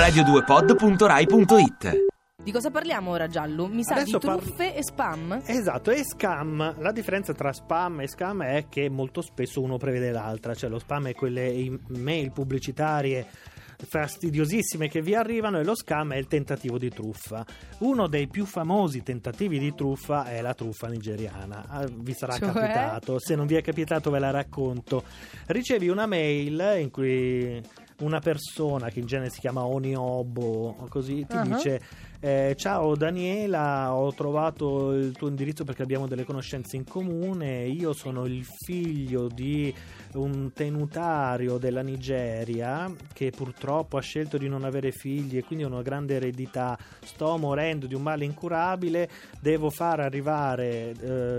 radio2pod.rai.it. Di cosa parliamo ora, Giallo? Mi sa Adesso di truffe e spam? Esatto, e scam. La differenza tra spam e scam è che molto spesso uno prevede l'altra. Cioè lo spam è quelle email pubblicitarie fastidiosissime che vi arrivano, e lo scam è il tentativo di truffa. Uno dei più famosi tentativi di truffa è la truffa nigeriana. Vi sarà capitato. Se non vi è capitato ve la racconto. Ricevi una mail in cui una persona, che in genere si chiama Oniobo o così, ti dice: ciao Daniela, ho trovato il tuo indirizzo perché abbiamo delle conoscenze in comune. Io sono il figlio di un tenutario della Nigeria che purtroppo ha scelto di non avere figli e quindi ha una grande eredità. Sto morendo di un male incurabile, devo far arrivare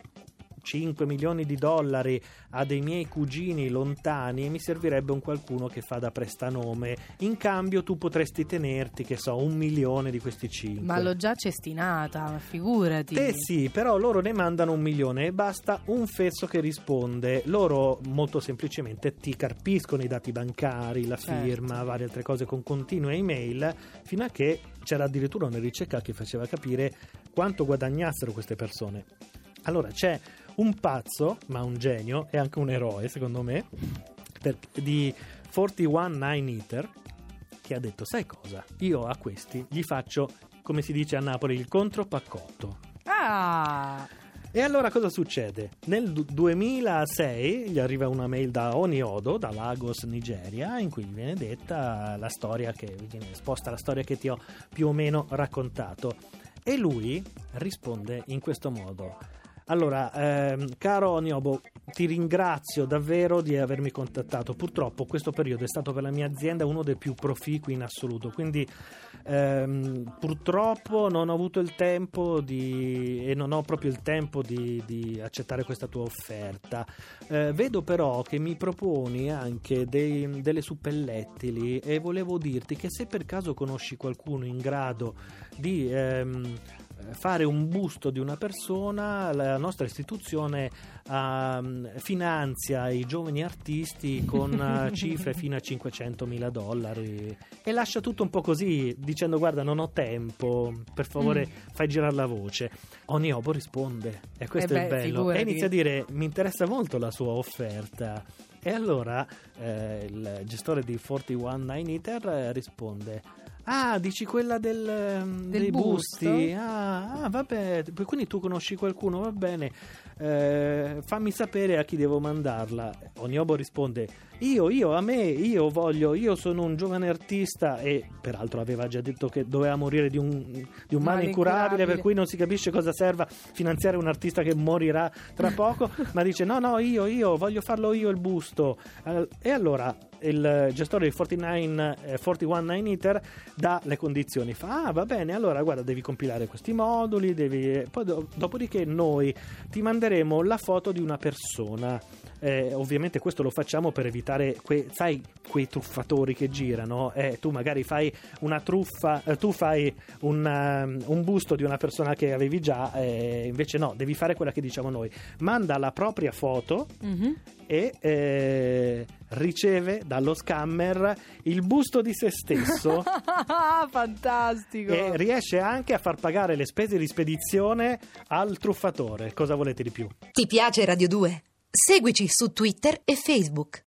5 milioni di dollari a dei miei cugini lontani e mi servirebbe un qualcuno che fa da prestanome. In cambio tu potresti tenerti, che so, 1 milione di questi 5. Ma l'ho già cestinata, figurati. Sì, però loro ne mandano 1 milione e basta un fesso che risponde. Loro molto semplicemente ti carpiscono i dati bancari, la firma, varie altre cose con continue email, fino a che c'era addirittura una ricerca che faceva capire quanto guadagnassero queste persone. Allora c'è un pazzo, ma un genio e anche un eroe secondo me, di 419 Ether, che ha detto: sai cosa? Io a questi gli faccio, come si dice a Napoli, il contropaccotto. E allora cosa succede? Nel 2006 gli arriva una mail da Oniodo, da Lagos, Nigeria, in cui gli viene detta la storia, che viene esposta la storia che ti ho più o meno raccontato, e lui risponde in questo modo: allora, caro Oniobo, ti ringrazio davvero di avermi contattato. Purtroppo questo periodo è stato per la mia azienda uno dei più proficui in assoluto, quindi purtroppo non ho avuto il tempo e non ho proprio il tempo di accettare questa tua offerta. Vedo però che mi proponi anche delle suppellettili e volevo dirti che se per caso conosci qualcuno in grado di fare un busto di una persona, la nostra istituzione finanzia i giovani artisti con cifre fino a $500,000 e lascia tutto un po' così, dicendo: guarda, non ho tempo, per favore fai girare la voce. Oniobo risponde, e questo è il bello, figurati. E inizia a dire: mi interessa molto la sua offerta. E allora il gestore di 419 Ether risponde: ah, dici quella dei busti? Ah, vabbè, quindi tu conosci qualcuno, va bene, fammi sapere a chi devo mandarla. Oniobo risponde: io sono un giovane artista, e peraltro aveva già detto che doveva morire di un male incurabile, per cui non si capisce cosa serva finanziare un artista che morirà tra poco, ma dice no, io voglio farlo io il busto. E allora il gestore di 419 Ether dà le condizioni, fa: va bene, allora guarda, devi compilare questi moduli, poi dopodiché noi ti manderemo la foto di una persona. Ovviamente questo lo facciamo per evitare quei truffatori che girano. Tu magari fai una truffa, tu fai un busto di una persona che avevi già, invece no, devi fare quella che diciamo noi. Manda la propria foto e riceve dallo scammer il busto di se stesso. Fantastico! E riesce anche a far pagare le spese di spedizione al truffatore. Cosa volete di più? Ti piace Radio 2? Seguici su Twitter e Facebook.